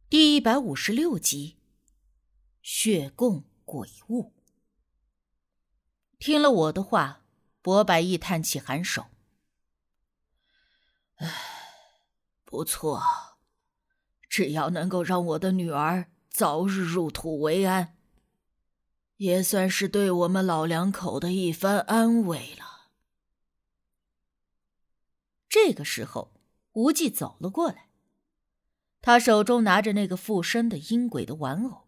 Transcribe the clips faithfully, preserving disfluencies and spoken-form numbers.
第一百五十六集，血供鬼物。听了我的话，柏百义叹气颔首：唉，不错，只要能够让我的女儿早日入土为安，也算是对我们老两口的一番安慰了。这个时候，无忌走了过来，他手中拿着那个附身的阴鬼的玩偶。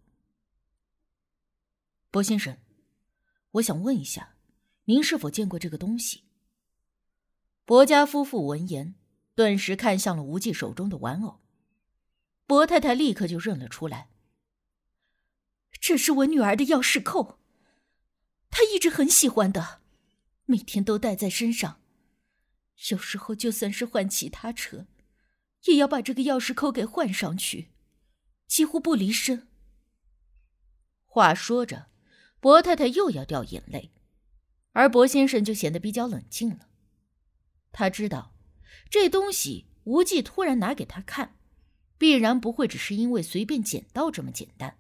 薄先生，我想问一下，您是否见过这个东西？薄家夫妇闻言，顿时看向了无忌手中的玩偶。薄太太立刻就认了出来，这是我女儿的钥匙扣，她一直很喜欢的，每天都带在身上，有时候就算是换其他车，也要把这个钥匙扣给换上去，几乎不离身。话说着，薄太太又要掉眼泪，而薄先生就显得比较冷静了。他知道这东西无忌突然拿给他看，必然不会只是因为随便捡到这么简单。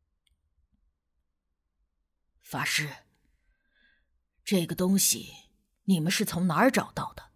法师，这个东西你们是从哪儿找到的？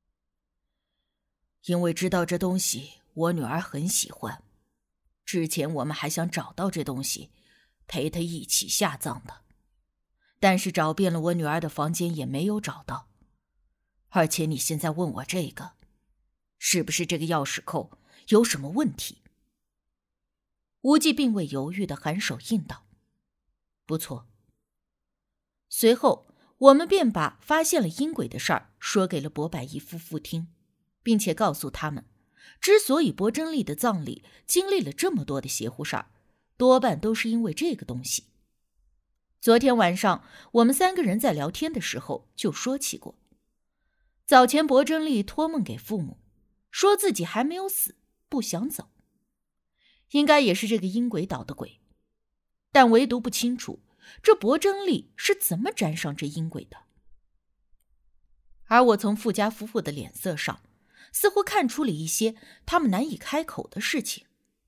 因为知道这东西我女儿很喜欢，之前我们还想找到这东西陪她一起下葬的，但是找遍了我女儿的房间也没有找到。而且你现在问我这个，是不是这个钥匙扣有什么问题？无忌并未犹豫地颔首应道：不错。随后我们便把发现了阴鬼的事儿说给了薄百义夫妇听，并且告诉他们，之所以薄真丽的葬礼经历了这么多的邪乎事儿，多半都是因为这个东西。昨天晚上我们三个人在聊天的时候就说起过，早前薄真丽托梦给父母，说自己还没有死，不想走，应该也是这个阴鬼捣的鬼，但唯独不清楚这薄真丽是怎么沾上这阴鬼的。而我从富家夫妇的脸色上似乎看出了一些他们难以开口的事情。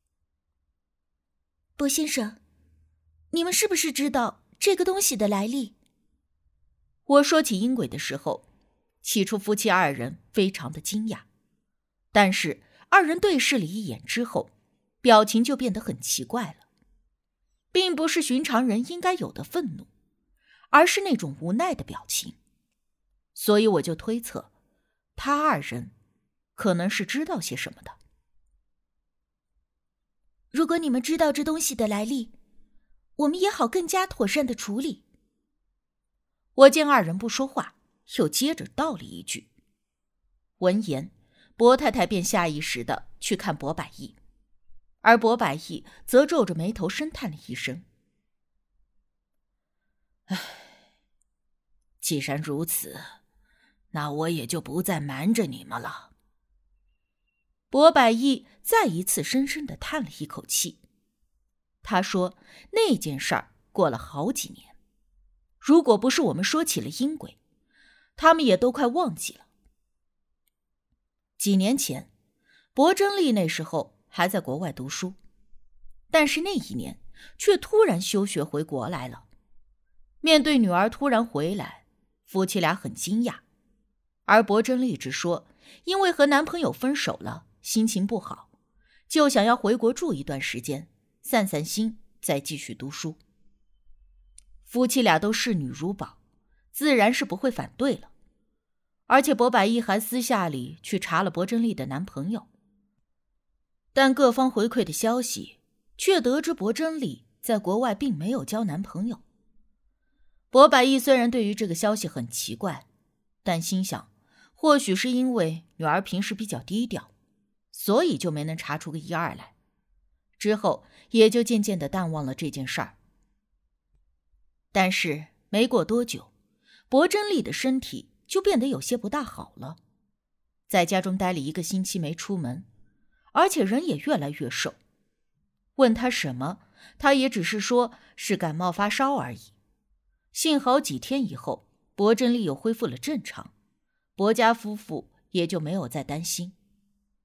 薄先生，你们是不是知道这个东西的来历？我说起阴鬼的时候，起初夫妻二人非常的惊讶，但是二人对视了一眼之后，表情就变得很奇怪了，并不是寻常人应该有的愤怒，而是那种无奈的表情。所以我就推测，他二人可能是知道些什么的。如果你们知道这东西的来历，我们也好更加妥善的处理。我见二人不说话，又接着道了一句。闻言，薄太太便下意识的去看薄百义，而薄百义则皱着眉头深叹了一声：唉，既然如此，那我也就不再瞒着你们了。薄百义再一次深深地叹了一口气。他说那件事儿过了好几年，如果不是我们说起了阴鬼，他们也都快忘记了。几年前，薄真丽那时候还在国外读书，但是那一年却突然休学回国来了。面对女儿突然回来，夫妻俩很惊讶，而薄真丽只说因为和男朋友分手了，心情不好，就想要回国住一段时间，散散心，再继续读书。夫妻俩都视女如宝，自然是不会反对了。而且薄百义还私下里去查了薄真丽的男朋友，但各方回馈的消息却得知薄真丽在国外并没有交男朋友。薄百义虽然对于这个消息很奇怪，但心想或许是因为女儿平时比较低调，所以就没能查出个一二来，之后也就渐渐地淡忘了这件事儿。但是没过多久，薄真丽的身体就变得有些不大好了，在家中待了一个星期没出门，而且人也越来越瘦。问他什么，他也只是说是感冒发烧而已。幸好几天以后，薄真丽又恢复了正常，薄家夫妇也就没有再担心。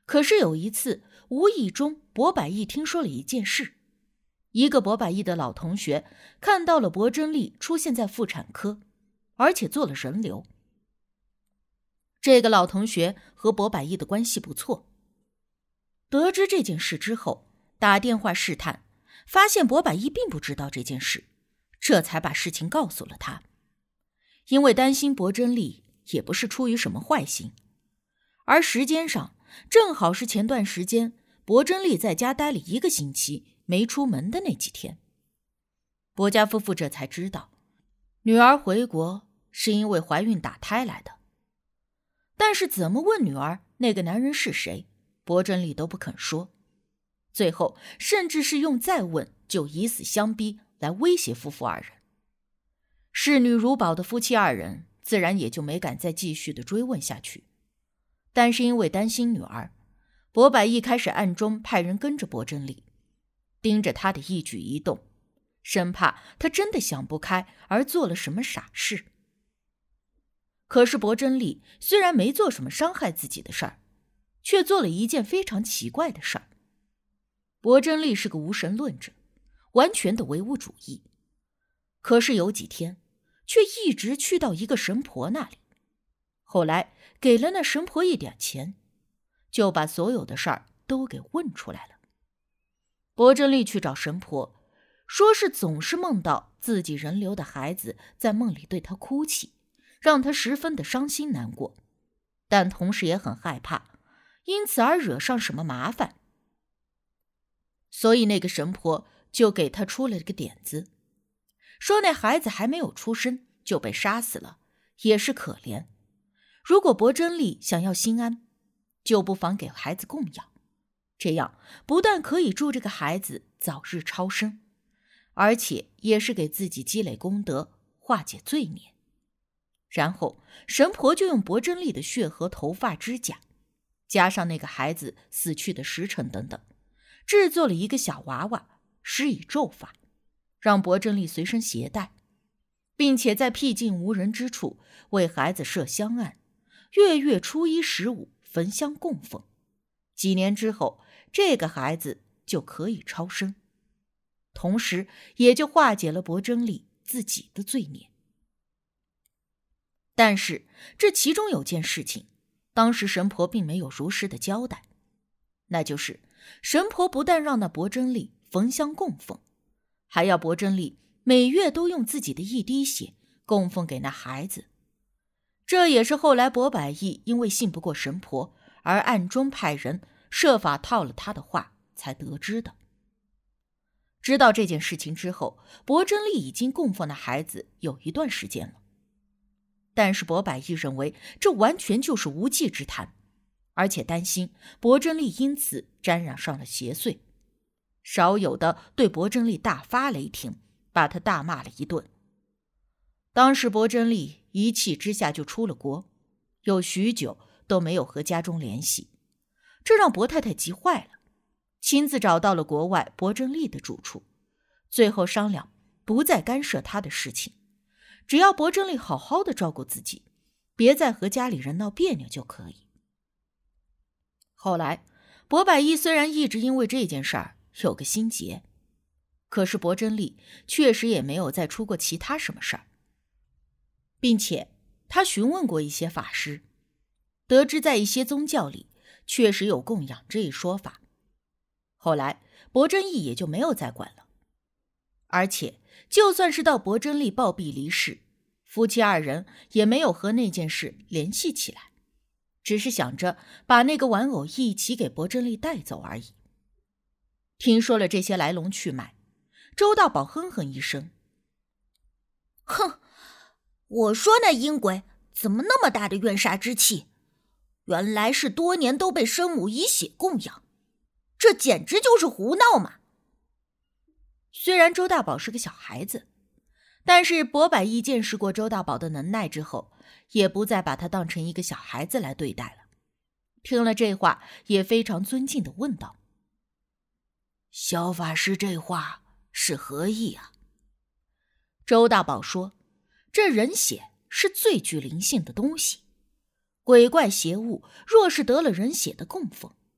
可是有一次，无意中薄百义听说了一件事，一个薄百义的老同学看到了薄真丽出现在妇产科，而且做了人流。这个老同学和薄百义的关系不错，得知这件事之后，打电话试探，发现薄百义并不知道这件事，这才把事情告诉了他。因为担心薄真丽也不是出于什么坏心，而时间上正好是前段时间薄真丽在家待了一个星期没出门的那几天。薄家夫妇这才知道，女儿回国是因为怀孕打胎来的。但是怎么问女儿那个男人是谁，薄真丽都不肯说，最后甚至是用再问就以死相逼来威胁夫妇二人。视女如宝的夫妻二人自然也就没敢再继续的追问下去。但是因为担心女儿，薄百义开始暗中派人跟着薄真丽，盯着她的一举一动，生怕她真的想不开而做了什么傻事。可是薄真丽虽然没做什么伤害自己的事儿，却做了一件非常奇怪的事儿。薄真丽是个无神论者，完全的唯物主义，可是有几天却一直去到一个神婆那里，后来给了那神婆一点钱，就把所有的事儿都给问出来了。薄真丽去找神婆，说是总是梦到自己人流的孩子在梦里对她哭泣，让她十分的伤心难过，但同时也很害怕，因此而惹上什么麻烦。所以那个神婆就给她出了个点子，说那孩子还没有出生就被杀死了，也是可怜。如果薄真丽想要心安，就不妨给孩子供养，这样不但可以助这个孩子早日超生，而且也是给自己积累功德，化解罪孽。然后神婆就用薄真丽的血和头发指甲，加上那个孩子死去的时辰等等，制作了一个小娃娃，施以咒法，让薄真丽随身携带，并且在僻静无人之处为孩子设香案，月月初一十五焚香供奉。几年之后，这个孩子就可以超生，同时也就化解了薄真丽自己的罪孽。但是这其中有件事情，当时神婆并没有如实的交代，那就是神婆不但让那薄真丽焚香供奉，还要薄真丽每月都用自己的一滴血供奉给那孩子。这也是后来薄百义因为信不过神婆，而暗中派人设法套了他的话才得知的。知道这件事情之后，薄真丽已经供奉那孩子有一段时间了。但是薄百义认为这完全就是无稽之谈，而且担心薄真丽因此沾染上了邪祟，少有的对薄真丽大发雷霆，把他大骂了一顿。当时薄真丽一气之下就出了国，有许久都没有和家中联系，这让薄太太急坏了，亲自找到了国外薄真丽的住处，最后商量不再干涉她的事情，只要薄真丽好好的照顾自己，别再和家里人闹别扭就可以。后来薄百义虽然一直因为这件事儿有个心结，可是薄真丽确实也没有再出过其他什么事儿，并且他询问过一些法师，得知在一些宗教里确实有供养这一说法。后来薄真义也就没有再管了，而且就算是到薄真丽暴毙离世，夫妻二人也没有和那件事联系起来，只是想着把那个玩偶一起给薄真丽带走而已。听说了这些来龙去脉，周大宝哼哼一声， 哼，我说那阴鬼怎么那么大的怨煞之气，原来是多年都被生母以血供养，这简直就是胡闹嘛。 虽然周大宝是个小孩子，但是薄百义见识过周大宝的能耐之后，也不再把他当成一个小孩子来对待了。听了这话，也非常尊敬地问道： 萧法师这话是何意啊？ 周大宝说，这人血是最具灵性的东西，鬼怪邪物若是得了人血的供奉，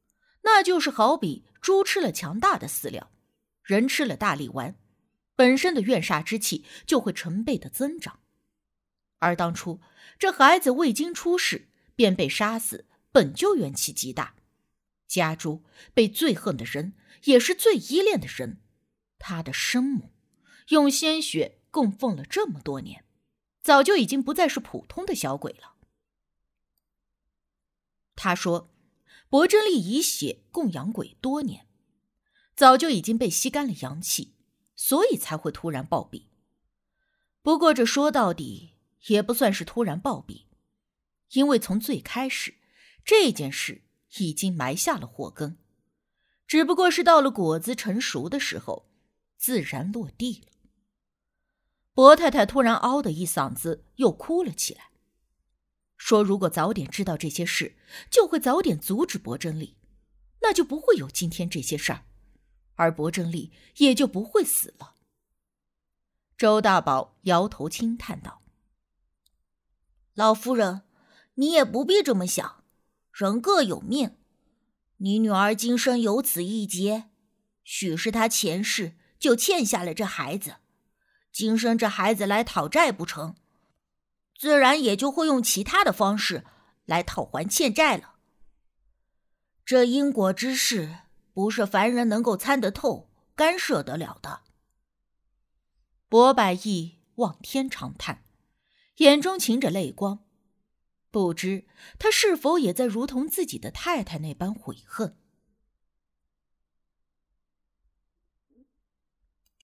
那就是好比猪吃了强大的饲料，人吃了大力丸，本身的怨煞之气就会成倍的增长。而当初这孩子未经出世便被杀死，本就怨气极大。家猪被最恨的人，也是最依恋的人，他的生母用鲜血供奉了这么多年，早就已经不再是普通的小鬼了。他说薄真丽以血供养鬼多年，早就已经被吸干了阳气，所以才会突然暴毙。不过这说到底也不算是突然暴毙，因为从最开始这件事已经埋下了祸根，只不过是到了果子成熟的时候自然落地了。薄太太突然嗷的一嗓子又哭了起来，说如果早点知道这些事，就会早点阻止薄真丽，那就不会有今天这些事儿，而薄真丽也就不会死了。周大宝摇头轻叹道： 老夫人，你也不必这么想，人各有命，你女儿今生有此一劫，许是她前世就欠下了这孩子，今生这孩子来讨债不成，自然也就会用其他的方式来讨还欠债了。这因果之事不是凡人能够参得透干涉得了的。 薄百义望天长叹，眼中噙着泪光，不知他是否也在如同自己的太太那般悔恨。